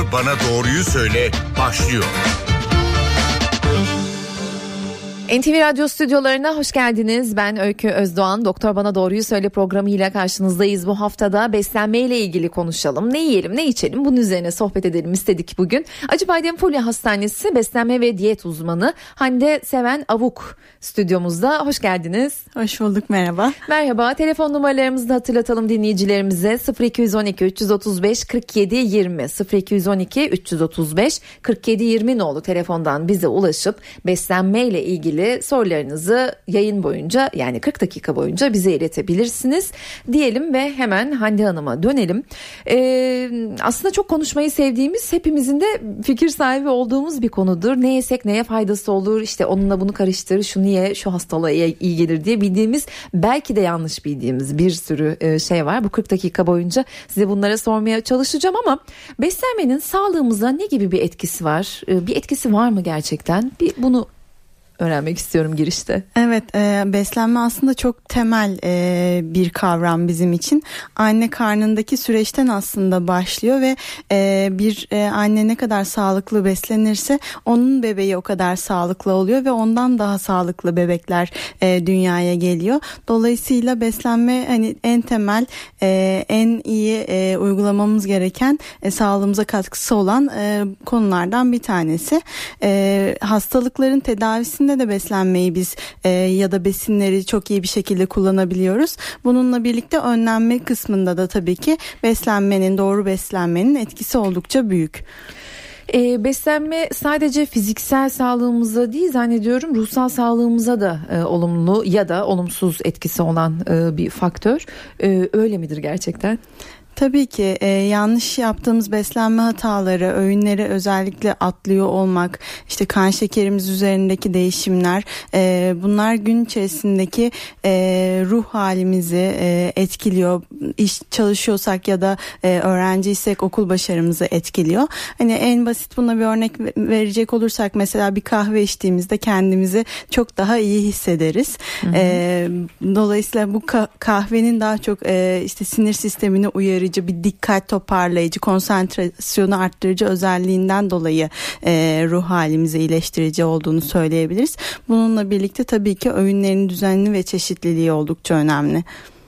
Bana Doğruyu Söyle başlıyor. NTV Radyo stüdyolarına hoş geldiniz. Ben Öykü Özdoğan. Doktor Bana Doğruyu Söyle programıyla karşınızdayız. Bu haftada beslenmeyle ilgili konuşalım. Ne yiyelim, ne içelim? Bunun üzerine sohbet edelim istedik bugün. Acıbadem Fulya Hastanesi beslenme ve diyet uzmanı Hande Seven Avuk stüdyomuzda. Hoş geldiniz. Hoş bulduk, merhaba. Merhaba. Telefon numaralarımızı da hatırlatalım dinleyicilerimize. 0212 335 47 20 0212 335 47 20 nolu telefondan bize ulaşıp beslenmeyle ilgili sorularınızı yayın boyunca, yani 40 dakika boyunca bize iletebilirsiniz diyelim ve hemen Hande Hanım'a dönelim. Aslında çok konuşmayı sevdiğimiz, hepimizin de fikir sahibi olduğumuz bir konudur. Ne yesek neye faydası olur, işte onunla bunu karıştır, şunu ye, şu hastalığa iyi gelir diye bildiğimiz, belki de yanlış bildiğimiz bir sürü şey var. Bu 40 dakika boyunca size bunlara sormaya çalışacağım ama beslenmenin sağlığımıza ne gibi bir etkisi var? Bir etkisi var mı gerçekten? Bunu öğrenmek istiyorum girişte. Evet, beslenme aslında çok temel bir kavram bizim için. Anne karnındaki süreçten aslında başlıyor ve bir anne ne kadar sağlıklı beslenirse onun bebeği o kadar sağlıklı oluyor ve ondan daha sağlıklı bebekler dünyaya geliyor. Dolayısıyla beslenme hani en temel, en iyi uygulamamız gereken, sağlığımıza katkısı olan konulardan bir tanesi. Hastalıkların tedavisinde de beslenmeyi biz ya da besinleri çok iyi bir şekilde kullanabiliyoruz. Bununla birlikte önlenme kısmında da tabii ki doğru beslenmenin etkisi oldukça büyük. Beslenme sadece fiziksel sağlığımıza değil, zannediyorum ruhsal sağlığımıza da olumlu ya da olumsuz etkisi olan bir faktör. Öyle midir gerçekten? Tabii ki yanlış yaptığımız beslenme hataları, öğünleri özellikle atlıyor olmak, işte kan şekerimiz üzerindeki değişimler, bunlar gün içerisindeki ruh halimizi etkiliyor. İş çalışıyorsak ya da öğrenciysek okul başarımızı etkiliyor. Hani en basit buna bir örnek verecek olursak, mesela bir kahve içtiğimizde kendimizi çok daha iyi hissederiz. Dolayısıyla bu kahvenin daha çok işte sinir sistemini uyarıcı, bir dikkat toparlayıcı, konsantrasyonu arttırıcı özelliğinden dolayı ruh halimizi iyileştirici olduğunu söyleyebiliriz. Bununla birlikte tabii ki öğünlerin düzenli ve çeşitliliği oldukça önemli.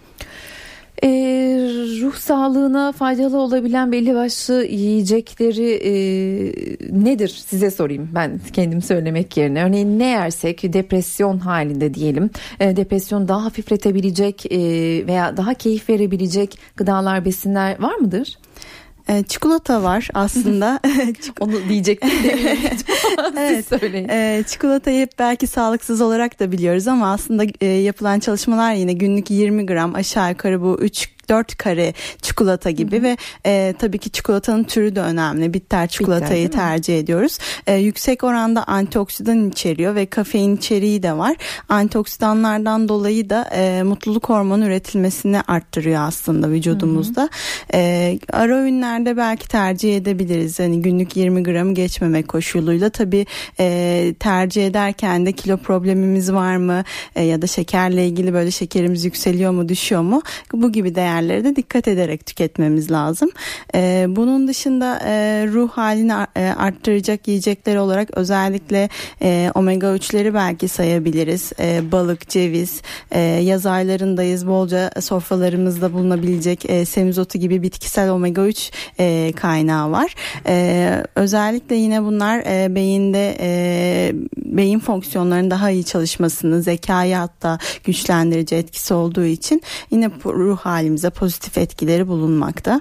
Ruh sağlığına faydalı olabilen belli başlı yiyecekleri nedir size sorayım, ben kendim söylemek yerine. Örneğin ne yersek depresyon halinde diyelim, depresyonu daha hafifletebilecek veya daha keyif verebilecek gıdalar, besinler var mıdır? Çikolata var aslında. Onu diyecektim. Evet. Çikolatayı hep belki sağlıksız olarak da biliyoruz ama aslında yapılan çalışmalar yine günlük 20 gram aşağı yukarı bu 4 kare çikolata gibi ve tabii ki çikolatanın türü de önemli. Bitter çikolatayı tercih ediyoruz. Yüksek oranda antioksidan içeriyor ve kafein içeriği de var. Antioksidanlardan dolayı da mutluluk hormonu üretilmesini arttırıyor aslında vücudumuzda. Ara öğünlerde belki tercih edebiliriz. Hani günlük 20 gramı geçmemek koşuluyla. Tabii tercih ederken de kilo problemimiz var mı? Ya da şekerle ilgili böyle şekerimiz yükseliyor mu, düşüyor mu? Bu gibi değerlere de dikkat ederek tüketmemiz lazım. Bunun dışında ruh halini arttıracak yiyecekler olarak özellikle omega 3'leri belki sayabiliriz. Balık, ceviz, yaz aylarındayız, bolca sofralarımızda bulunabilecek semizotu gibi bitkisel omega 3 kaynağı var. Özellikle yine bunlar beyinde beyin fonksiyonlarının daha iyi çalışmasını, zekayı hatta güçlendirici etkisi olduğu için yine ruh halimize pozitif etkileri bulunmakta.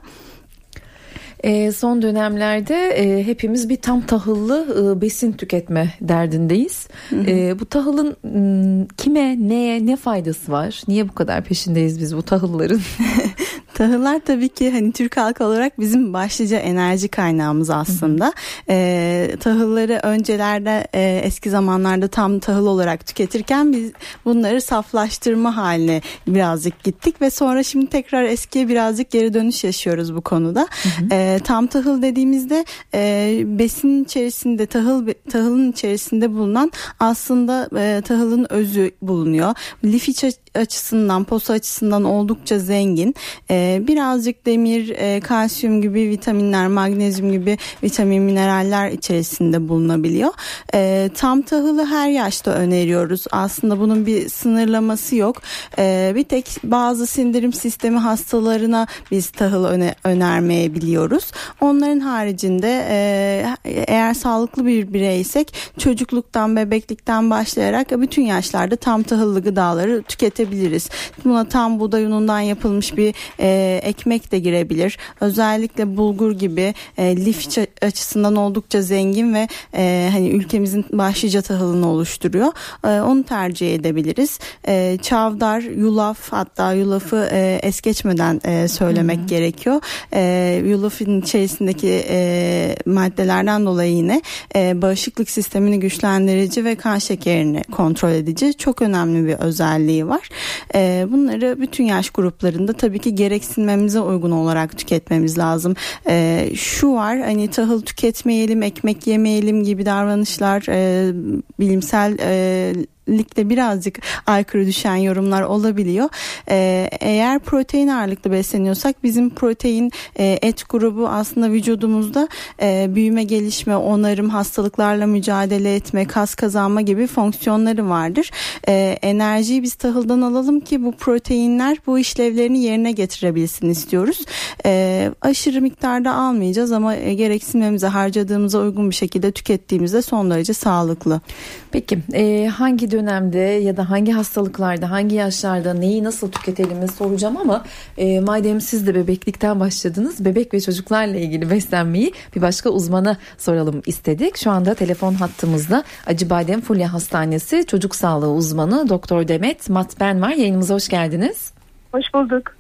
Son dönemlerde hepimiz bir tam tahıllı besin tüketme derdindeyiz. Bu tahılın kime, neye, ne faydası var? Niye bu kadar peşindeyiz biz bu tahılların? Tahıllar tabii ki hani Türk halkı olarak bizim başlıca enerji kaynağımız aslında. Tahılları öncelerde eski zamanlarda tam tahıl olarak tüketirken biz bunları saflaştırma haline birazcık gittik ve sonra şimdi tekrar eskiye birazcık geri dönüş yaşıyoruz bu konuda. Tam tahıl dediğimizde besinin içerisinde tahılın içerisinde bulunan aslında tahılın özü bulunuyor. Lif açısından, posa açısından oldukça zengin. Birazcık demir, kalsiyum gibi vitaminler, magnezyum gibi vitamin, mineraller içerisinde bulunabiliyor. Tam tahılı her yaşta öneriyoruz. Aslında bunun bir sınırlaması yok. Bir tek bazı sindirim sistemi hastalarına biz tahıl önermeyebiliyoruz. Onların haricinde eğer sağlıklı bir bireysek çocukluktan, bebeklikten başlayarak bütün yaşlarda tam tahıllı gıdaları tüketebiliriz. Buna tam buğday unundan yapılmış bir ekmek de girebilir. Özellikle bulgur gibi lif açısından oldukça zengin ve hani ülkemizin başlıca tahılını oluşturuyor. Onu tercih edebiliriz. Çavdar, yulaf, hatta yulafı es geçmeden söylemek gerekiyor. Yulafın içerisindeki maddelerden dolayı yine bağışıklık sistemini güçlendirici ve kan şekerini kontrol edici çok önemli bir özelliği var. Bunları bütün yaş gruplarında tabii ki gereksinmemize uygun olarak tüketmemiz lazım. Şu var, hani tahıl tüketmeyelim, ekmek yemeyelim gibi davranışlar bilimsel likte birazcık aykırı düşen yorumlar olabiliyor. Eğer protein ağırlıklı besleniyorsak bizim protein et grubu aslında vücudumuzda büyüme, gelişme, onarım, hastalıklarla mücadele etme, kas kazanma gibi fonksiyonları vardır. Enerjiyi biz tahıldan alalım ki bu proteinler bu işlevlerini yerine getirebilsin istiyoruz. Aşırı miktarda almayacağız ama gereksinmemize, harcadığımıza uygun bir şekilde tükettiğimizde son derece sağlıklı. Peki hangi dönemde ya da hangi hastalıklarda, hangi yaşlarda neyi nasıl tüketelim soracağım ama madem siz de bebeklikten başladınız, bebek ve çocuklarla ilgili beslenmeyi bir başka uzmana soralım istedik. Şu anda telefon hattımızda Acıbadem Fulya Hastanesi Çocuk Sağlığı Uzmanı Doktor Demet Matben var. Yayınımıza hoş geldiniz. Hoş bulduk.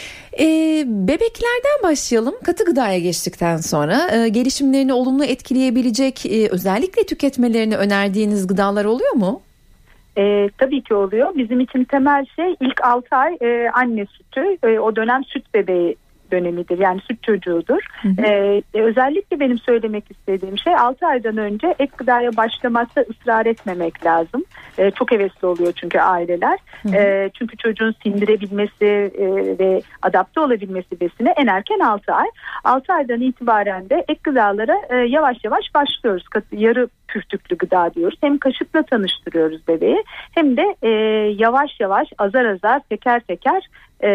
Bebeklerden başlayalım. Katı gıdaya geçtikten sonra gelişimlerini olumlu etkileyebilecek özellikle tüketmelerini önerdiğiniz gıdalar oluyor mu? Tabii ki oluyor. Bizim için temel şey ilk 6 ay anne sütü. O dönem süt bebeği dönemidir. Yani süt çocuğudur. Özellikle benim söylemek istediğim şey 6 aydan önce ek gıdaya başlamazsa ısrar etmemek lazım. Çok hevesli oluyor çünkü aileler. Çünkü çocuğun sindirebilmesi ve adapte olabilmesi besine en erken 6 ay. 6 aydan itibaren de ek gıdalara yavaş yavaş başlıyoruz. Yarı püftüklü gıda diyoruz. Hem kaşıkla tanıştırıyoruz bebeği hem de yavaş yavaş azar azar teker teker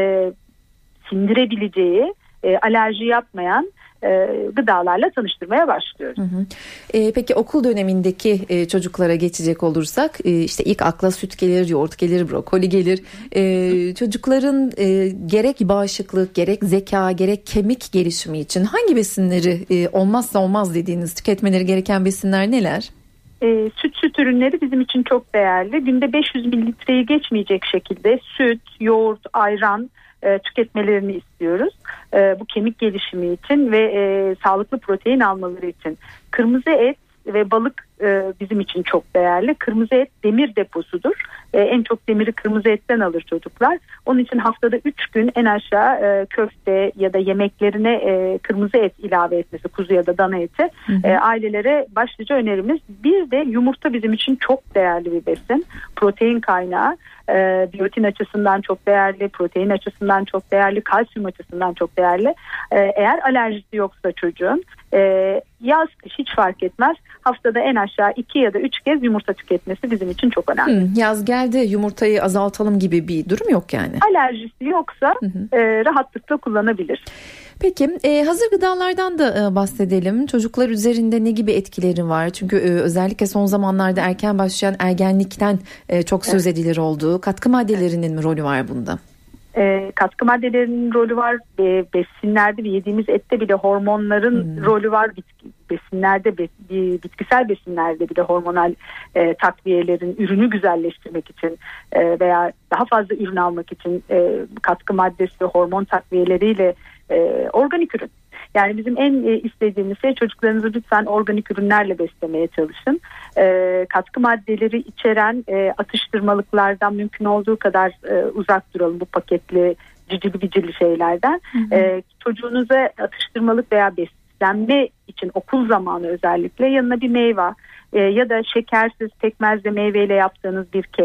sindirebileceği, alerji yapmayan gıdalarla tanıştırmaya başlıyoruz. Peki okul dönemindeki çocuklara geçecek olursak işte ilk akla süt gelir, yoğurt gelir, brokoli gelir. Çocukların gerek bağışıklık, gerek zeka, gerek kemik gelişimi için hangi besinleri olmazsa olmaz dediğiniz tüketmeleri gereken besinler neler? Süt ürünleri bizim için çok değerli. Günde 500 mililitreyi geçmeyecek şekilde süt, yoğurt, ayran tüketmelerini istiyoruz. Bu kemik gelişimi için ve sağlıklı protein almaları için. Kırmızı et ve balık bizim için çok değerli. Kırmızı et demir deposudur. En çok demiri kırmızı etten alır çocuklar. Onun için haftada 3 gün en aşağı köfte ya da yemeklerine kırmızı et ilave etmesi, kuzu ya da dana eti ailelere başlıca önerimiz. Bir de yumurta bizim için çok değerli bir besin. Protein kaynağı. Biyotin açısından çok değerli, protein açısından çok değerli, kalsiyum açısından çok değerli. Eğer alerjisi yoksa çocuğun yaz kış hiç fark etmez. Haftada en aşağı 2 ya da 3 kez yumurta tüketmesi bizim için çok önemli. Yaz geldi, yumurtayı azaltalım gibi bir durum yok yani. Alerjisi yoksa rahatlıkla kullanabilir. Peki hazır gıdalardan da bahsedelim. Çocuklar üzerinde ne gibi etkileri var? Çünkü özellikle son zamanlarda erken başlayan ergenlikten çok söz edilir olduğu. Katkı maddelerinin mi rolü var bunda? Katkı maddelerinin rolü var. Besinlerde yediğimiz ette bile hormonların rolü var. Besinlerde, bitkisel besinlerde bile hormonal takviyelerin ürünü güzelleştirmek için veya daha fazla ürün almak için katkı maddesi, hormon takviyeleriyle organik ürün. Yani bizim en istediğimiz şey çocuklarınızı lütfen organik ürünlerle beslemeye çalışın. Katkı maddeleri içeren atıştırmalıklardan mümkün olduğu kadar uzak duralım, bu paketli cicili bicili şeylerden. Çocuğunuza atıştırmalık veya beslenme için okul zamanı özellikle yanına bir meyve ya da şekersiz pekmezle meyveyle yaptığınız bir kek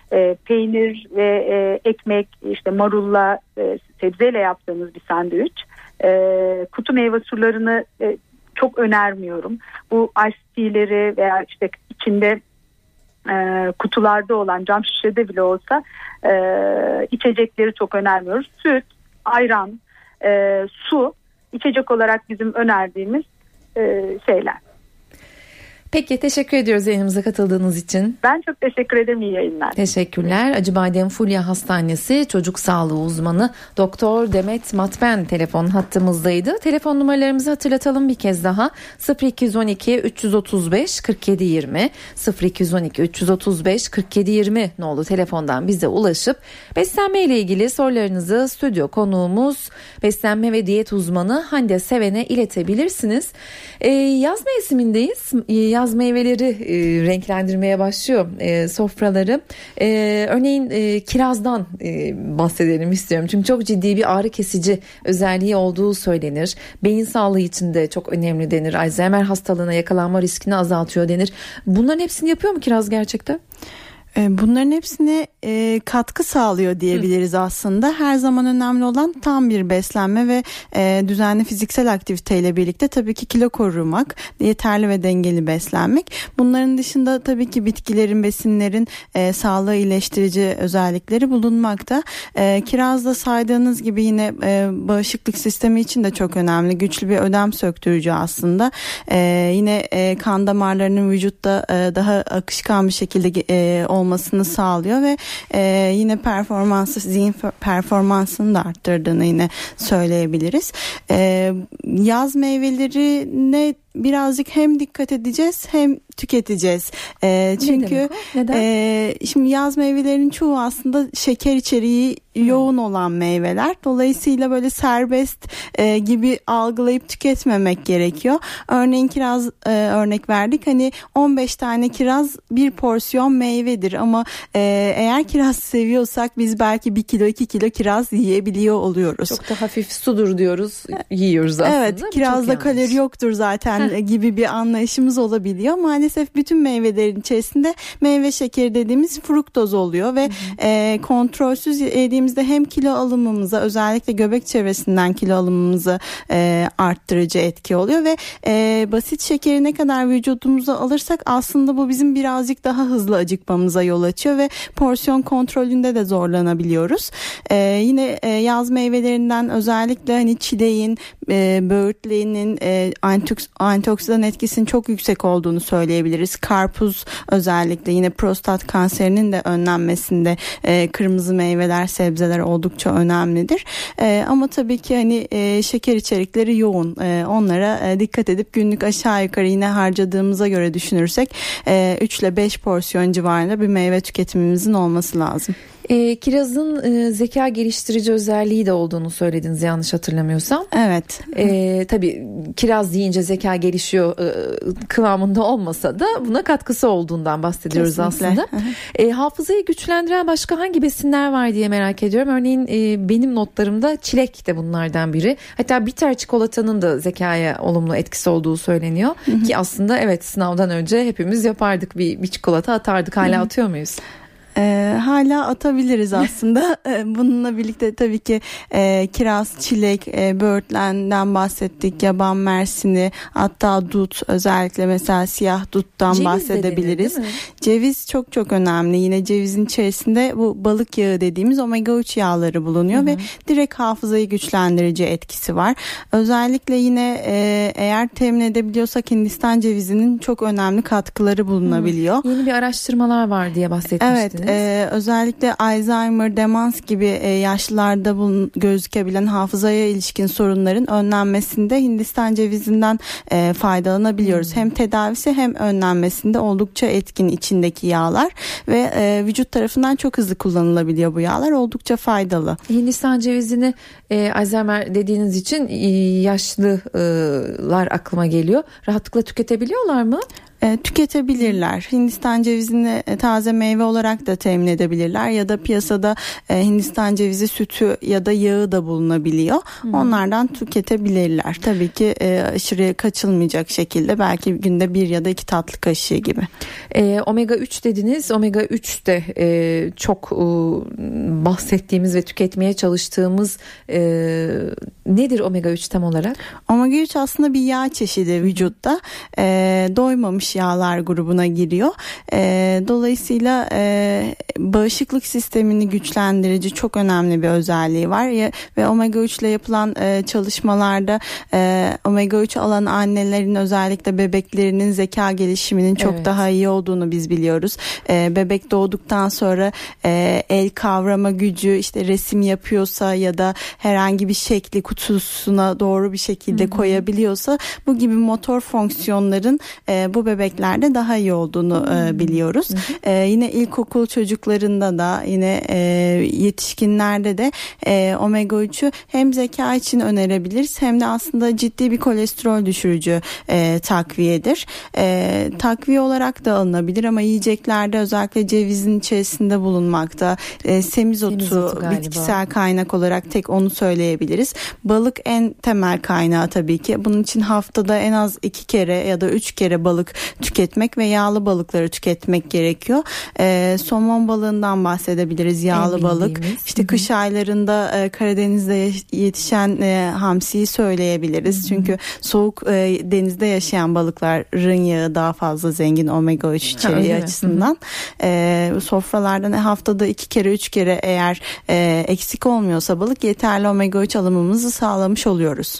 peynir ve ekmek, işte marulla, sebzeyle yaptığımız bir sandviç. Kutu meyve sularını çok önermiyorum. Bu ice tea'leri veya işte içinde kutularda olan, cam şişede bile olsa içecekleri çok önermiyoruz. Süt, ayran, su içecek olarak bizim önerdiğimiz şeyler. Peki, teşekkür ediyoruz yayınımıza katıldığınız için. Ben çok teşekkür ederim, iyi yayınlar. Teşekkürler. Acıbadem Fulya Hastanesi Çocuk Sağlığı Uzmanı Doktor Demet Matben telefon hattımızdaydı. Telefon numaralarımızı hatırlatalım bir kez daha. 0212 335 47 20 0212 335 47 20 nolu telefondan bize ulaşıp beslenme ile ilgili sorularınızı stüdyo konuğumuz beslenme ve diyet uzmanı Hande Seven'e iletebilirsiniz. Yaz mevsimindeyiz. Yaz meyveleri renklendirmeye başlıyor sofraları. Örneğin kirazdan bahsedelim istiyorum. Çünkü çok ciddi bir ağrı kesici özelliği olduğu söylenir. Beyin sağlığı için de çok önemli denir. Alzheimer hastalığına yakalanma riskini azaltıyor denir. Bunların hepsini yapıyor mu kiraz gerçekten? Bunların hepsine katkı sağlıyor diyebiliriz aslında. Her zaman önemli olan tam bir beslenme ve düzenli fiziksel aktiviteyle birlikte tabii ki kilo korumak, yeterli ve dengeli beslenmek. Bunların dışında tabii ki bitkilerin, besinlerin sağlığı iyileştirici özellikleri bulunmakta. Kirazda saydığınız gibi yine bağışıklık sistemi için de çok önemli. Güçlü bir ödem söktürücü aslında. Yine kan damarlarının vücutta daha akışkan bir şekilde olmasını sağlıyor ve yine zihin performansını da arttırdığını yine söyleyebiliriz. Yaz meyvelerine birazcık hem dikkat edeceğiz hem tüketeceğiz. Çünkü şimdi yaz meyvelerinin çoğu aslında şeker içeriği yoğun olan meyveler. Dolayısıyla böyle serbest gibi algılayıp tüketmemek gerekiyor. Örneğin kiraz örnek verdik. Hani 15 tane kiraz bir porsiyon meyvedir ama eğer kiraz seviyorsak biz belki 1 kilo 2 kilo kiraz yiyebiliyor oluyoruz. Çok da hafif sudur diyoruz, yiyoruz aslında. Evet, kirazda kalori yoktur zaten gibi bir anlayışımız olabiliyor. Maalesef bütün meyvelerin içerisinde meyve şekeri dediğimiz fruktoz oluyor ve kontrolsüz yediğimizde hem kilo alımımıza, özellikle göbek çevresinden kilo alımımızı arttırıcı etki oluyor ve basit şekeri ne kadar vücudumuza alırsak aslında bu bizim birazcık daha hızlı acıkmamıza yol açıyor ve porsiyon kontrolünde de zorlanabiliyoruz. Yine yaz meyvelerinden özellikle hani çileğin, böğürtlenin antioksidan etkisinin çok yüksek olduğunu söyleyebiliriz. Karpuz özellikle yine prostat kanserinin de önlenmesinde kırmızı meyveler, sebzeler oldukça önemlidir. Ama tabii ki hani şeker içerikleri yoğun. Onlara dikkat edip günlük aşağı yukarı yine harcadığımıza göre düşünürsek 3 ile 5 porsiyon civarında bir meyve tüketimimizin olması lazım. Kirazın zeka geliştirici özelliği de olduğunu söylediniz yanlış hatırlamıyorsam. Evet. Tabii kiraz yiyince zeka gelişiyor kıvamında olmasa da buna katkısı olduğundan bahsediyoruz. Kesinlikle. Aslında. Hafızayı güçlendiren başka hangi besinler var diye merak ediyorum. Örneğin benim notlarımda çilek de bunlardan biri. Hatta bitter çikolatanın da zekaya olumlu etkisi olduğu söyleniyor. Ki aslında evet, sınavdan önce hepimiz yapardık, bir çikolata atardık. Hala atıyor muyuz? Hala atabiliriz aslında. Bununla birlikte tabii ki kiraz, çilek, böğürtlenden bahsettik, yaban mersini, hatta dut, özellikle mesela siyah duttan ceviz bahsedebiliriz. Ceviz çok çok önemli. Yine cevizin içerisinde bu balık yağı dediğimiz omega 3 yağları bulunuyor ve direkt hafızayı güçlendirici etkisi var. Özellikle yine eğer temin edebiliyorsak Hindistan cevizinin çok önemli katkıları bulunabiliyor. Yeni bir araştırmalar var diye bahsetmiştiniz. Evet. Özellikle Alzheimer, demans gibi yaşlılarda gözükebilen hafızaya ilişkin sorunların önlenmesinde Hindistan cevizinden faydalanabiliyoruz. Hem tedavisi hem önlenmesinde oldukça etkin içindeki yağlar ve vücut tarafından çok hızlı kullanılabiliyor bu yağlar. Oldukça faydalı. Hindistan cevizini Alzheimer dediğiniz için yaşlılar aklıma geliyor. Rahatlıkla tüketebiliyorlar mı? Tüketebilirler. Hindistan cevizini taze meyve olarak da temin edebilirler ya da piyasada Hindistan cevizi sütü ya da yağı da bulunabiliyor. Onlardan tüketebilirler. Tabii ki aşırıya kaçılmayacak şekilde, belki günde 1 ya da 2 tatlı kaşığı gibi. Omega 3 dediniz. Omega 3 de çok bahsettiğimiz ve tüketmeye çalıştığımız nedir omega 3 tam olarak? Omega 3 aslında bir yağ çeşidi vücutta. Doymamış yağlar grubuna giriyor. Dolayısıyla bağışıklık sistemini güçlendirici çok önemli bir özelliği var. Ve omega 3 ile yapılan çalışmalarda omega 3 alan annelerin, özellikle bebeklerinin zeka gelişiminin çok daha iyi olduğunu biz biliyoruz. Bebek doğduktan sonra el kavrama gücü, işte resim yapıyorsa ya da herhangi bir şekli kutusuna doğru bir şekilde koyabiliyorsa, bu gibi motor fonksiyonların bu bebeklerde daha iyi olduğunu biliyoruz. Yine ilkokul çocuklarında da, yine yetişkinlerde de omega 3'ü hem zeka için önerebiliriz hem de aslında ciddi bir kolesterol düşürücü takviyedir. Takviye olarak da alınabilir ama yiyeceklerde özellikle cevizin içerisinde bulunmakta. Semizotu bitkisel kaynak olarak tek onu söyleyebiliriz. Balık en temel kaynağı tabii ki. Bunun için haftada en az 2 kere ya da 3 kere balık tüketmek ve yağlı balıkları tüketmek gerekiyor. Somon balığından bahsedebiliriz. Yağlı balık. İşte kış aylarında Karadeniz'de yetişen hamsiyi söyleyebiliriz. Çünkü soğuk denizde yaşayan balıkların yağı daha fazla zengin omega 3 içeriği açısından. Sofralardan haftada 2 kere 3 kere eğer eksik olmuyorsa balık, yeterli omega 3 alımımızı sağlamış oluyoruz.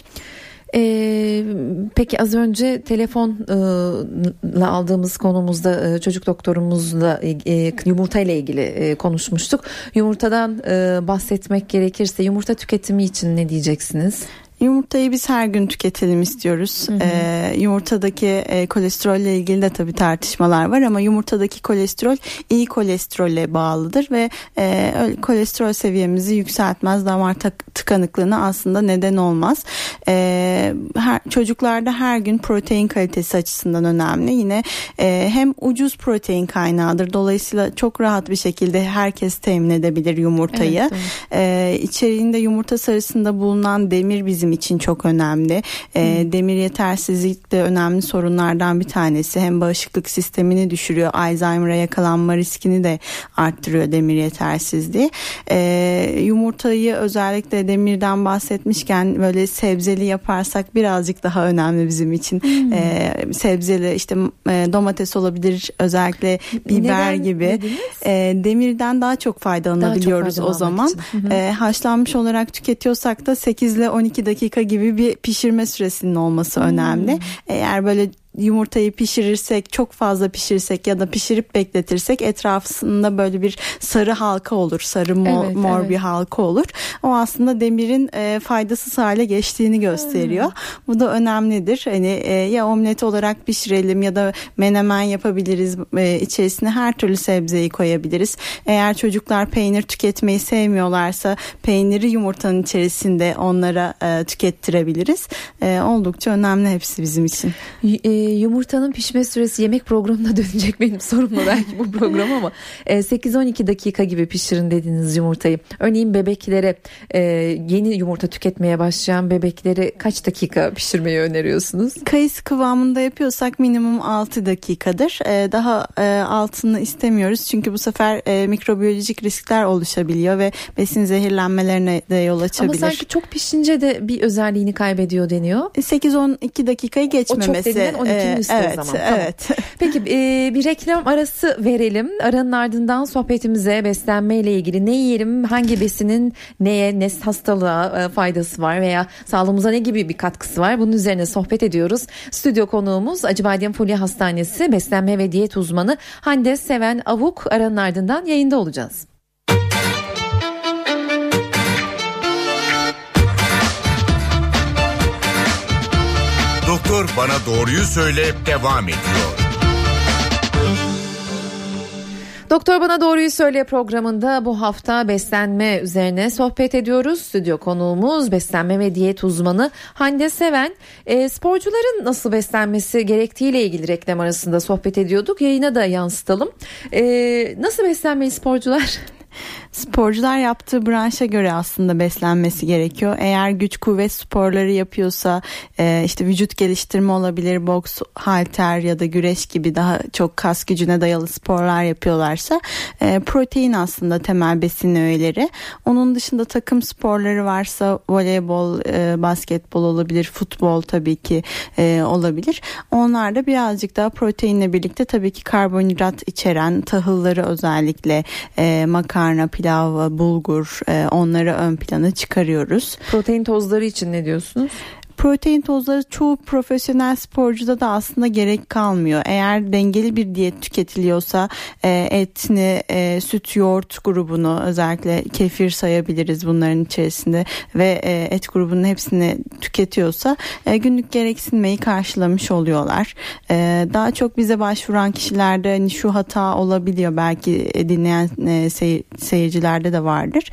Peki az önce telefonla aldığımız konumuzda çocuk doktorumuzla yumurta ile ilgili konuşmuştuk. Yumurtadan bahsetmek gerekirse yumurta tüketimi için ne diyeceksiniz? Yumurtayı biz her gün tüketelim istiyoruz. Yumurtadaki kolesterolle ilgili de tabii tartışmalar var ama yumurtadaki kolesterol iyi kolesterolle bağlıdır ve kolesterol seviyemizi yükseltmez, damar tıkanıklığına aslında neden olmaz. Çocuklarda her gün protein kalitesi açısından önemli. Yine hem ucuz protein kaynağıdır. Dolayısıyla çok rahat bir şekilde herkes temin edebilir yumurtayı. İçeriğinde yumurta sarısında bulunan demir bizim için çok önemli. Demir yetersizlik de önemli sorunlardan bir tanesi. Hem bağışıklık sistemini düşürüyor, Alzheimer'a yakalanma riskini de arttırıyor demir yetersizliği. Yumurtayı özellikle demirden bahsetmişken böyle sebzeli yaparsak birazcık daha önemli bizim için. Sebzeli işte domates olabilir, özellikle biber gibi. Demirden daha çok faydalanabiliyoruz o zaman. Haşlanmış olarak tüketiyorsak da 8 ile 12 dakika gibi bir pişirme süresinin olması önemli. Eğer böyle yumurtayı pişirirsek, çok fazla pişirirsek ya da pişirip bekletirsek etrafında böyle bir sarı halka olur. Sarı mor bir halka olur. O aslında demirin faydasız hale geçtiğini gösteriyor. Bu da önemlidir. Hani ya omlet olarak pişirelim ya da menemen yapabiliriz. İçerisine her türlü sebzeyi koyabiliriz. Eğer çocuklar peynir tüketmeyi sevmiyorlarsa peyniri yumurtanın içerisinde onlara tükettirebiliriz. Oldukça önemli hepsi bizim için. Yumurtanın pişme süresi yemek programına dönecek benim sorumlu belki bu program ama 8-12 dakika gibi pişirin dediğiniz yumurtayı. Örneğin bebeklere, yeni yumurta tüketmeye başlayan bebeklere kaç dakika pişirmeyi öneriyorsunuz? Kayısı kıvamında yapıyorsak minimum 6 dakikadır. Daha altını istemiyoruz çünkü bu sefer mikrobiyolojik riskler oluşabiliyor ve besin zehirlenmelerine de yol açabilir. Ama sanki çok pişince de bir özelliğini kaybediyor deniyor. 8-12 dakikayı geçmemesi. O çok denilen 12'nin üstü o zaman. Evet. Tamam. Peki bir reklam arası verelim. Aranın ardından sohbetimize beslenme ile ilgili ne yiyelim, hangi besinin neye, ne hastalığa faydası var veya sağlığımıza ne gibi bir katkısı var, bunun üzerine sohbet ediyoruz. Stüdyo konuğumuz Acıbadem Fulya Hastanesi beslenme ve diyet uzmanı Hande Seven Avuk. Aranın ardından yayında olacağız. Doktor Bana Doğruyu Söyle devam ediyor. Doktor Bana Doğruyu Söyle programında bu hafta beslenme üzerine sohbet ediyoruz. Stüdyo konuğumuz beslenme ve diyet uzmanı Hande Seven. Sporcuların nasıl beslenmesi gerektiğiyle ilgili reklam arasında sohbet ediyorduk. Yayına da yansıtalım. Nasıl beslenmeli sporcular? Sporcular yaptığı branşa göre aslında beslenmesi gerekiyor. Eğer güç kuvvet sporları yapıyorsa işte vücut geliştirme olabilir, boks, halter ya da güreş gibi daha çok kas gücüne dayalı sporlar yapıyorlarsa protein aslında temel besin öğeleri. Onun dışında takım sporları varsa voleybol, basketbol olabilir, futbol tabii ki olabilir. Onlar da birazcık daha proteinle birlikte tabii ki karbonhidrat içeren tahılları özellikle makarna, pilav, bulgur onları ön plana çıkarıyoruz. Protein tozları için ne diyorsunuz? Protein tozları çoğu profesyonel sporcuda da aslında gerek kalmıyor. Eğer dengeli bir diyet tüketiliyorsa etini, süt, yoğurt grubunu özellikle kefir sayabiliriz bunların içerisinde ve et grubunun hepsini tüketiyorsa günlük gereksinmeyi karşılamış oluyorlar. Daha çok bize başvuran kişilerde hani şu hata olabiliyor, belki dinleyen seyircilerde de vardır.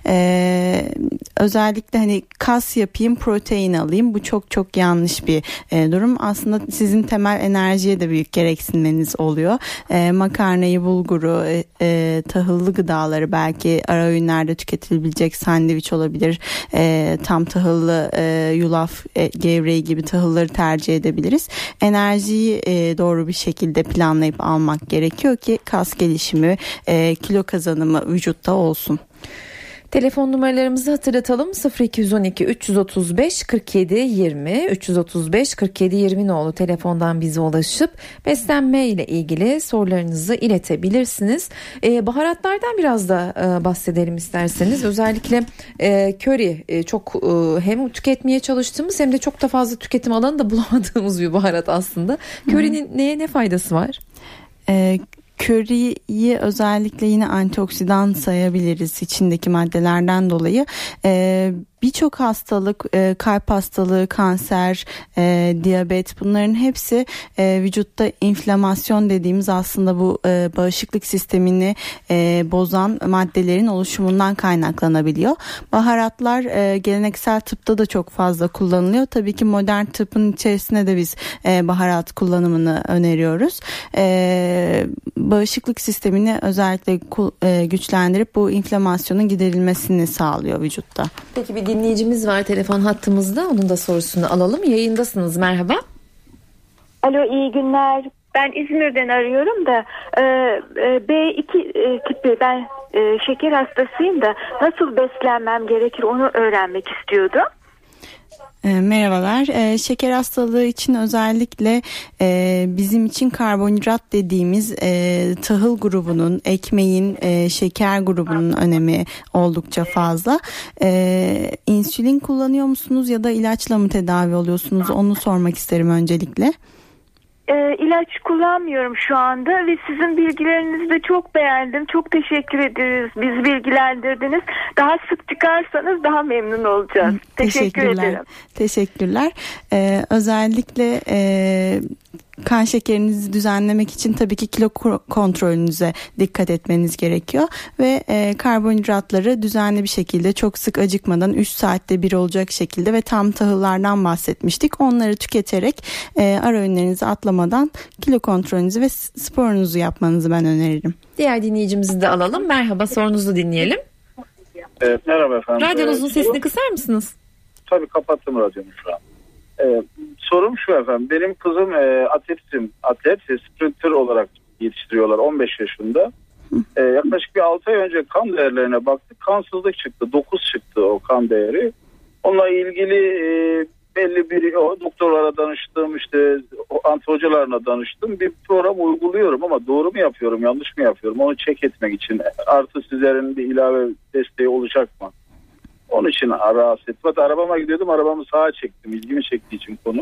Özellikle hani kas yapayım, protein alayım. Bu çok yanlış bir durum. Aslında sizin temel enerjiye de büyük gereksinmeniz oluyor. Makarnayı, bulguru, tahıllı gıdaları, belki ara öğünlerde tüketilebilecek sandviç olabilir. Tam tahıllı yulaf, gevreği gibi tahılları tercih edebiliriz. Enerjiyi doğru bir şekilde planlayıp almak gerekiyor ki kas gelişimi, kilo kazanımı vücutta olsun. Telefon numaralarımızı hatırlatalım. 0212 335 47 20 335 47 20 nolu telefondan bize ulaşıp beslenme ile ilgili sorularınızı iletebilirsiniz. Baharatlardan biraz da bahsedelim isterseniz. Özellikle köri çok hem tüketmeye çalıştığımız hem de çok da fazla tüketim alanı da bulamadığımız bir baharat aslında. Körinin ne faydası var? Köriyi özellikle yine antioksidan sayabiliriz içindeki maddelerden dolayı. Birçok hastalık, kalp hastalığı, kanser, diyabet, bunların hepsi vücutta inflamasyon dediğimiz aslında bu bağışıklık sistemini bozan maddelerin oluşumundan kaynaklanabiliyor. Baharatlar geleneksel tıpta da çok fazla kullanılıyor. Tabii ki modern tıbbın içerisinde de biz baharat kullanımını öneriyoruz. Bağışıklık sistemini özellikle güçlendirip bu inflamasyonun giderilmesini sağlıyor vücutta. Peki bir dinleyicimiz var telefon hattımızda. Onun da sorusunu alalım. Yayındasınız. Merhaba. Alo, iyi günler. Ben İzmir'den arıyorum da B2 tipi ben şeker hastasıyım da nasıl beslenmem gerekir onu öğrenmek istiyordum. Merhabalar. Şeker hastalığı için özellikle bizim için karbonhidrat dediğimiz tahıl grubunun, ekmeğin, şeker grubunun önemi oldukça fazla. İnsülin kullanıyor musunuz ya da ilaçla mı tedavi oluyorsunuz? Onu sormak isterim öncelikle. İlaç kullanmıyorum şu anda ve sizin bilgilerinizi de çok beğendim. Çok teşekkür ederiz. Bizi bilgilendirdiniz. Daha sık çıkarsanız daha memnun olacağız. Teşekkür ederim. Teşekkürler. Özellikle kan şekerinizi düzenlemek için tabii ki kilo kontrolünüze dikkat etmeniz gerekiyor ve karbonhidratları düzenli bir şekilde, çok sık acıkmadan 3 saatte bir olacak şekilde ve tam tahıllardan bahsetmiştik. Onları tüketerek ara öğünlerinizi atlamadan kilo kontrolünüzü ve sporunuzu yapmanızı ben öneririm. Diğer dinleyicimizi de alalım. Merhaba, sorunuzu dinleyelim. Merhaba efendim. Radyonuzun sesini kısar mısınız? Tabii kapattım radyomu şu an. Sorum şu efendim. Benim kızım atlet, sprinter olarak yetiştiriyorlar 15 yaşında. Yaklaşık bir 6 ay önce kan değerlerine baktık. Kansızlık çıktı. 9 çıktı o kan değeri. Onunla ilgili belli bir doktorlara danıştım, işte hocalarına danıştım. Bir program uyguluyorum ama doğru mu yapıyorum, yanlış mı yapıyorum? Onu check etmek için. Artı sizlerin bir ilave desteği olacak mı? Onun için rahatsız ettim. Hatta arabama gidiyordum, arabamı sağa çektim. İlgimi çektiği için konu.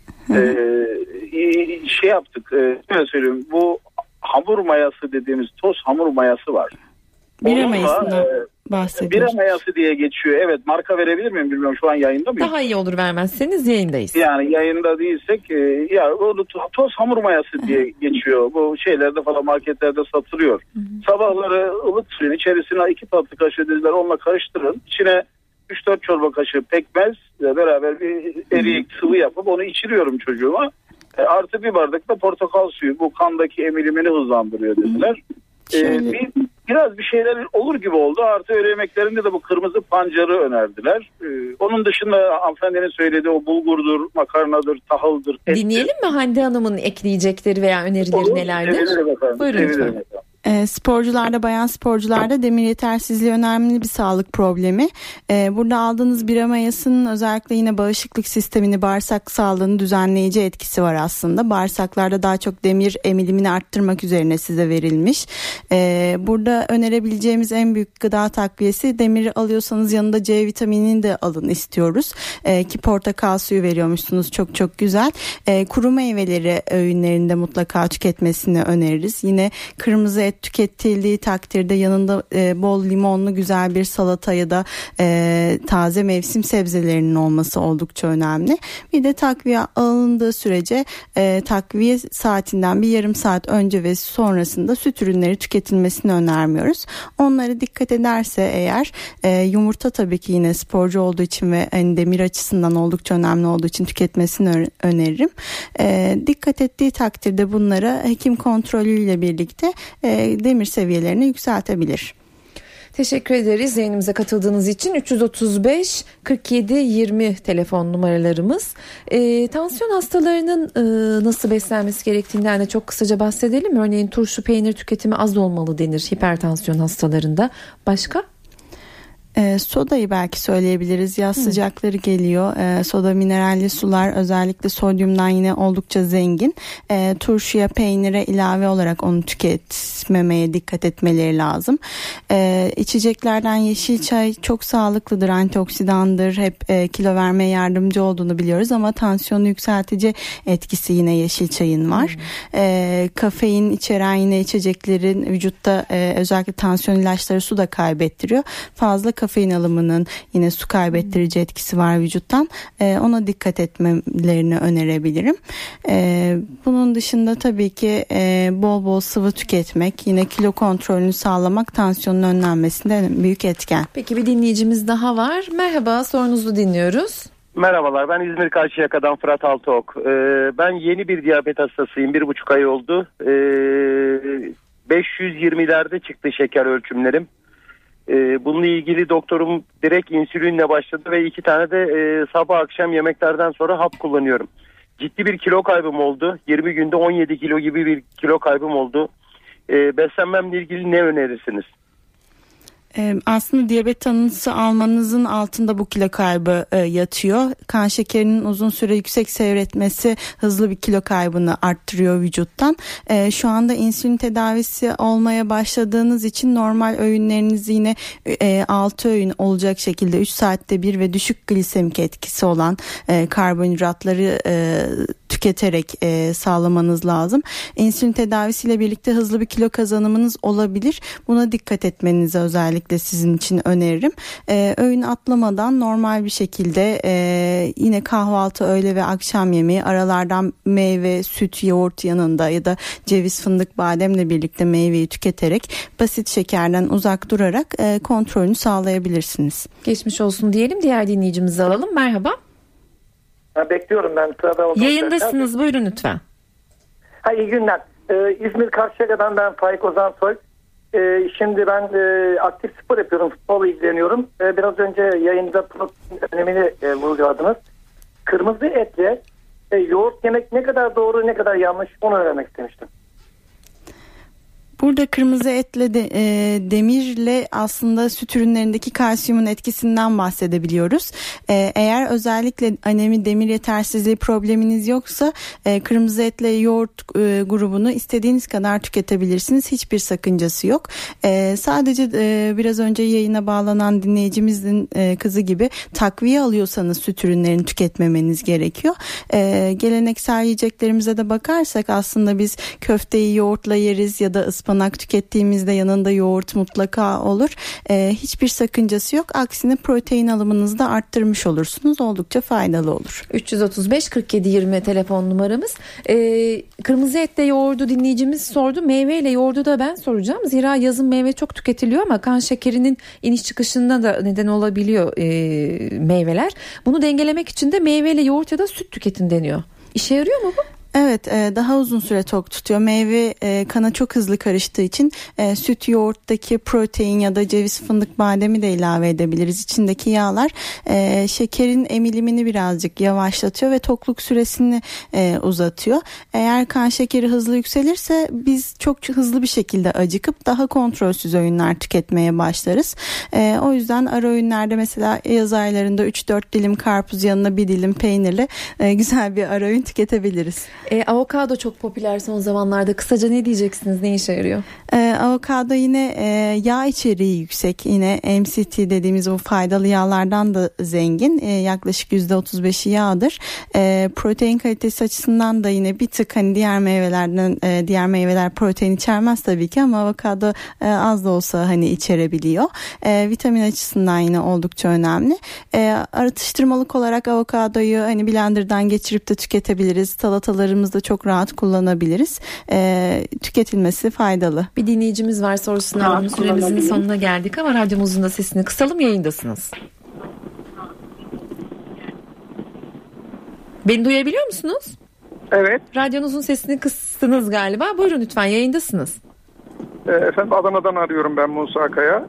Şey yaptık, şöyle söyleyeyim. Bu hamur mayası dediğimiz toz hamur mayası var. Bira mayasından bahsediyoruz. Bira mayası diye geçiyor. Evet, marka verebilir miyim bilmiyorum, şu an yayında mıyım? Daha iyi olur vermezseniz, yayındayız. Yani yayında değilsek ya o toz hamur mayası diye geçiyor. Bu şeylerde falan, marketlerde satılıyor. Sabahları ılık suyun içerisine 2 tatlı kaşığı dediler, onunla karıştırın. İçine 3-4 çorba kaşığı pekmez beraber bir eriyik sıvı yapıp onu içiriyorum çocuğuma. Artı bir bardak da portakal suyu, bu kandaki emilimini hızlandırıyor dediler. Biraz bir şeyler olur gibi oldu. Artı öğle yemeklerinde de bu kırmızı pancarı önerdiler. Onun dışında hanımefendinin söylediği o bulgurdur, makarnadır, tahıldır. Ettir. Dinleyelim mi Hande Hanım'ın ekleyecekleri veya önerileri nelerdir? Buyurun lütfen. Sporcularda, bayan sporcularda demir yetersizliği önemli bir sağlık problemi. Burada aldığınız bira mayasının özellikle yine bağışıklık sistemini, bağırsak sağlığını düzenleyici etkisi var aslında. Bağırsaklarda daha çok demir emilimini arttırmak üzerine size verilmiş. Burada önerebileceğimiz en büyük gıda takviyesi, demiri alıyorsanız yanında C vitaminini de alın istiyoruz. Ki portakal suyu veriyormuşsunuz, çok çok güzel. Kuru meyveleri öğünlerinde mutlaka tüketmesini öneririz. Yine kırmızı et tüketildiği takdirde yanında bol limonlu güzel bir salata ya da taze mevsim sebzelerinin olması oldukça önemli. Bir de takviye alındığı sürece takviye saatinden bir yarım saat önce ve sonrasında süt ürünleri tüketilmesini önermiyoruz. Onlara dikkat ederse eğer, yumurta tabii ki yine sporcu olduğu için ve demir açısından oldukça önemli olduğu için tüketmesini öneririm. Dikkat ettiği takdirde bunlara hekim kontrolüyle birlikte demir seviyelerini yükseltebilir. Teşekkür ederiz yayınımıza katıldığınız için. 335 47 20 telefon numaralarımız. Tansiyon hastalarının nasıl beslenmesi gerektiğinden de çok kısaca bahsedelim. Örneğin turşu, peynir tüketimi az olmalı denir hipertansiyon hastalarında. Başka? Sodayı belki söyleyebiliriz. Yaz sıcakları geliyor. Soda, mineralli sular özellikle sodyumdan yine oldukça zengin. Turşuya, peynire ilave olarak onu tüketmemeye dikkat etmeleri lazım. İçeceklerden yeşil çay çok sağlıklıdır, antioksidandır. Hep kilo vermeye yardımcı olduğunu biliyoruz ama tansiyonu yükseltici etkisi yine yeşil çayın var. Kafein içeren yine içeceklerin vücutta özellikle tansiyon ilaçları su da kaybettiriyor. Fazla kafein alımının yine su kaybettirici etkisi var vücuttan. Ona dikkat etmelerini önerebilirim. Bunun dışında tabii ki bol bol sıvı tüketmek, yine kilo kontrolünü sağlamak tansiyonun önlenmesinde büyük etken. Peki bir dinleyicimiz daha var. Merhaba, sorunuzu dinliyoruz. Merhabalar, ben İzmir Karşıyaka'dan Fırat Altıok. Ben yeni bir diyabet hastasıyım. 1,5 ay oldu. 520'lerde çıktı şeker ölçümlerim. Bununla ilgili doktorum direkt insülinle başladı ve 2 tane de sabah akşam yemeklerden sonra hap kullanıyorum. Ciddi bir kilo kaybım oldu. 20 günde 17 kilo gibi bir kilo kaybım oldu. Beslenmemle ilgili ne önerirsiniz? Aslında diyabet tanısı almanızın altında bu kilo kaybı yatıyor. Kan şekerinin uzun süre yüksek seyretmesi hızlı bir kilo kaybını arttırıyor vücuttan. Şu anda insülin tedavisi olmaya başladığınız için normal öğünlerinizi yine 6 öğün olacak şekilde 3 saatte bir ve düşük glisemik etkisi olan karbonhidratları tüketerek sağlamanız lazım. İnsülin tedavisiyle birlikte hızlı bir kilo kazanımınız olabilir. Buna dikkat etmenizi özellikle sizin için öneririm. Öğün atlamadan normal bir şekilde yine kahvaltı, öğle ve akşam yemeği, aralardan meyve, süt, yoğurt yanında ya da ceviz, fındık, bademle birlikte meyveyi tüketerek basit şekerden uzak durarak kontrolünü sağlayabilirsiniz. Geçmiş olsun diyelim. Diğer dinleyicimizi alalım. Merhaba. Bekliyorum ben sırada. Yayındasınız. Buyurun lütfen. İyi günler. İzmir Karşıyaka'dan ben Faik Ozansoy. Şimdi ben aktif spor yapıyorum. Futbolla ilgileniyorum. Biraz önce yayında protein önemini vurguladınız. Kırmızı etle yoğurt yemek ne kadar doğru, ne kadar yanlış, onu öğrenmek istemiştim. Burada kırmızı etle demirle aslında süt ürünlerindeki kalsiyumun etkisinden bahsedebiliyoruz. Eğer özellikle anemi, demir yetersizliği probleminiz yoksa kırmızı etle yoğurt grubunu istediğiniz kadar tüketebilirsiniz. Hiçbir sakıncası yok. Sadece biraz önce yayına bağlanan dinleyicimizin kızı gibi takviye alıyorsanız süt ürünlerini tüketmemeniz gerekiyor. Geleneksel yiyeceklerimize de bakarsak aslında biz köfteyi yoğurtla yeriz ya da ıspanak ıspanak tükettiğimizde yanında yoğurt mutlaka olur. Hiçbir sakıncası yok. Aksine protein alımınızı da arttırmış olursunuz. Oldukça faydalı olur. 335 47 20 telefon numaramız. Kırmızı etle yoğurdu dinleyicimiz sordu. Meyveyle yoğurdu da ben soracağım. Zira yazın meyve çok tüketiliyor ama kan şekerinin iniş çıkışına da neden olabiliyor meyveler. Bunu dengelemek için de meyveyle yoğurt ya da süt tüketin deniyor. İşe yarıyor mu bu? Evet, daha uzun süre tok tutuyor. Meyve kana çok hızlı karıştığı için süt, yoğurttaki protein ya da ceviz, fındık, bademi de ilave edebiliriz. İçindeki yağlar şekerin emilimini birazcık yavaşlatıyor ve tokluk süresini uzatıyor. Eğer kan şekeri hızlı yükselirse biz çok hızlı bir şekilde acıkıp daha kontrolsüz öğünler tüketmeye başlarız. O yüzden ara öğünlerde mesela yaz aylarında 3-4 dilim karpuz yanına bir dilim peynirle güzel bir ara öğün tüketebiliriz. Avokado çok popüler son zamanlarda. Kısaca ne diyeceksiniz? Ne işe yarıyor? Avokado yine yağ içeriği yüksek. Yine MCT dediğimiz o faydalı yağlardan da zengin. Yaklaşık %35'i yağdır. Protein kalitesi açısından da yine bir tık hani diğer meyveler protein içermez tabii ki ama avokado az da olsa hani içerebiliyor. Vitamin açısından yine oldukça önemli. Atıştırmalık olarak avokadoyu hani blenderdan geçirip de tüketebiliriz. Salatalarımızda çok rahat kullanabiliriz. Tüketilmesi faydalı. Bir dinleyicimiz var, sorusunu alalım. Süremizin sonuna geldik ama radyomuzun da sesini kısalım, yayındasınız. Beni duyabiliyor musunuz? Evet. Radyonuzun sesini kıstınız galiba. Buyurun lütfen, yayındasınız. Efendim Adana'dan arıyorum ben, Musa Kaya.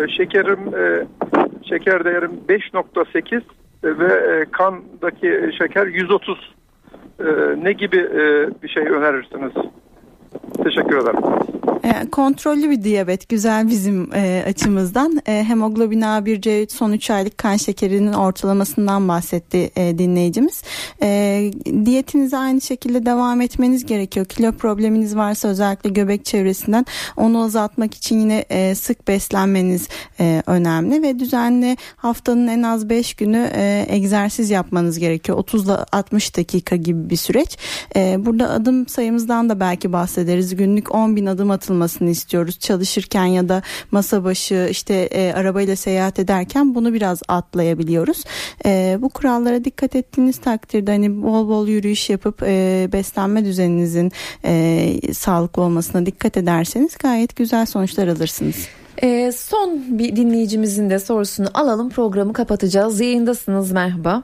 Şeker değerim 5.8 ve kandaki şeker 130. Ne gibi bir şey önerirsiniz? Teşekkür ederim. Kontrollü bir diyabet güzel bizim açımızdan. Hemoglobin A1C son 3 aylık kan şekerinin ortalamasından bahsetti dinleyicimiz. Diyetinize aynı şekilde devam etmeniz gerekiyor. Kilo probleminiz varsa özellikle göbek çevresinden onu azaltmak için yine sık beslenmeniz önemli ve düzenli haftanın en az 5 günü egzersiz yapmanız gerekiyor. 30 ile 60 dakika gibi bir süreç. Burada adım sayımızdan da belki bahsederiz. Günlük 10.000 adım atılmasını istiyoruz. Çalışırken ya da masa başı arabayla seyahat ederken bunu biraz atlayabiliyoruz. Bu kurallara dikkat ettiğiniz takdirde hani bol bol yürüyüş yapıp beslenme düzeninizin sağlıklı olmasına dikkat ederseniz gayet güzel sonuçlar alırsınız. Son bir dinleyicimizin de sorusunu alalım, programı kapatacağız. Yayındasınız, merhaba.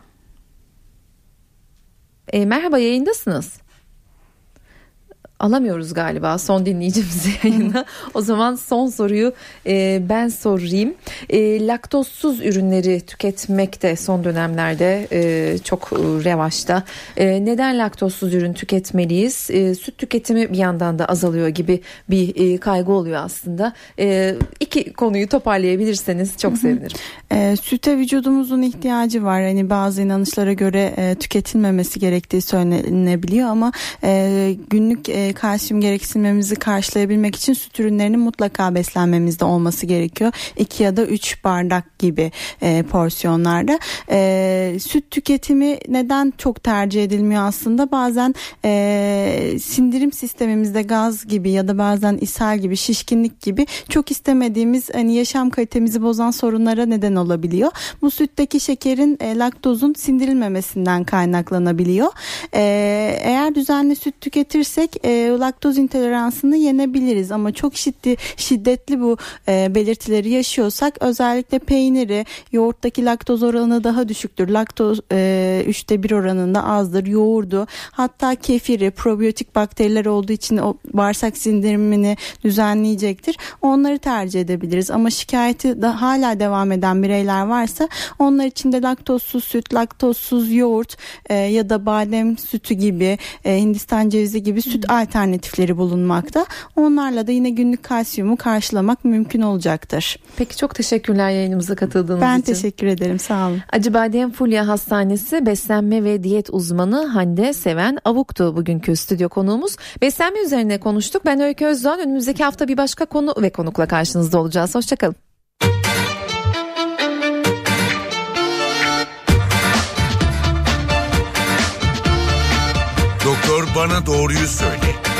Merhaba, yayındasınız. Alamıyoruz galiba son dinleyicimizi yayına. O zaman son soruyu ben sorayım. Laktozsuz ürünleri tüketmek de son dönemlerde çok revaçta. Neden laktozsuz ürün tüketmeliyiz? Süt tüketimi bir yandan da azalıyor gibi bir kaygı oluyor aslında. İki konuyu toparlayabilirseniz çok sevinirim. Süte vücudumuzun ihtiyacı var. Hani bazı inanışlara göre tüketilmemesi gerektiği söylenebiliyor ama günlük kalsiyum gereksinimimizi karşılayabilmek için süt ürünlerinin mutlaka beslenmemizde olması gerekiyor. 2 ya da 3 bardak gibi porsiyonlarda. Süt tüketimi neden çok tercih edilmiyor aslında? Bazen sindirim sistemimizde gaz gibi ya da bazen ishal gibi, şişkinlik gibi çok istemediğimiz hani yaşam kalitemizi bozan sorunlara neden olabiliyor. Bu sütteki şekerin laktozun sindirilmemesinden kaynaklanabiliyor. Eğer düzenli süt tüketirsek laktoz intoleransını yenebiliriz ama çok şiddetli bu belirtileri yaşıyorsak özellikle peyniri, yoğurttaki laktoz oranı daha düşüktür. Laktoz 1/3 oranında azdır. Yoğurdu, hatta kefiri, probiyotik bakteriler olduğu için o bağırsak sindirimini düzenleyecektir. Onları tercih edebiliriz ama şikayeti hala devam eden bireyler varsa onlar için de laktozsuz süt, laktozsuz yoğurt ya da badem sütü gibi, Hindistan cevizi gibi süt alternatifleri bulunmakta. Onlarla da yine günlük kalsiyumu karşılamak mümkün olacaktır. Peki, çok teşekkürler yayınımıza katıldığınız için. Ben teşekkür ederim, sağ olun. Acıbadem Fulya Hastanesi beslenme ve diyet uzmanı Hande Seven Avuk'tu bugünkü stüdyo konuğumuz. Beslenme üzerine konuştuk. Ben Öykü Özdoğan. Önümüzdeki hafta bir başka konu ve konukla karşınızda olacağız. Hoşçakalın. Doktor bana doğruyu söyle.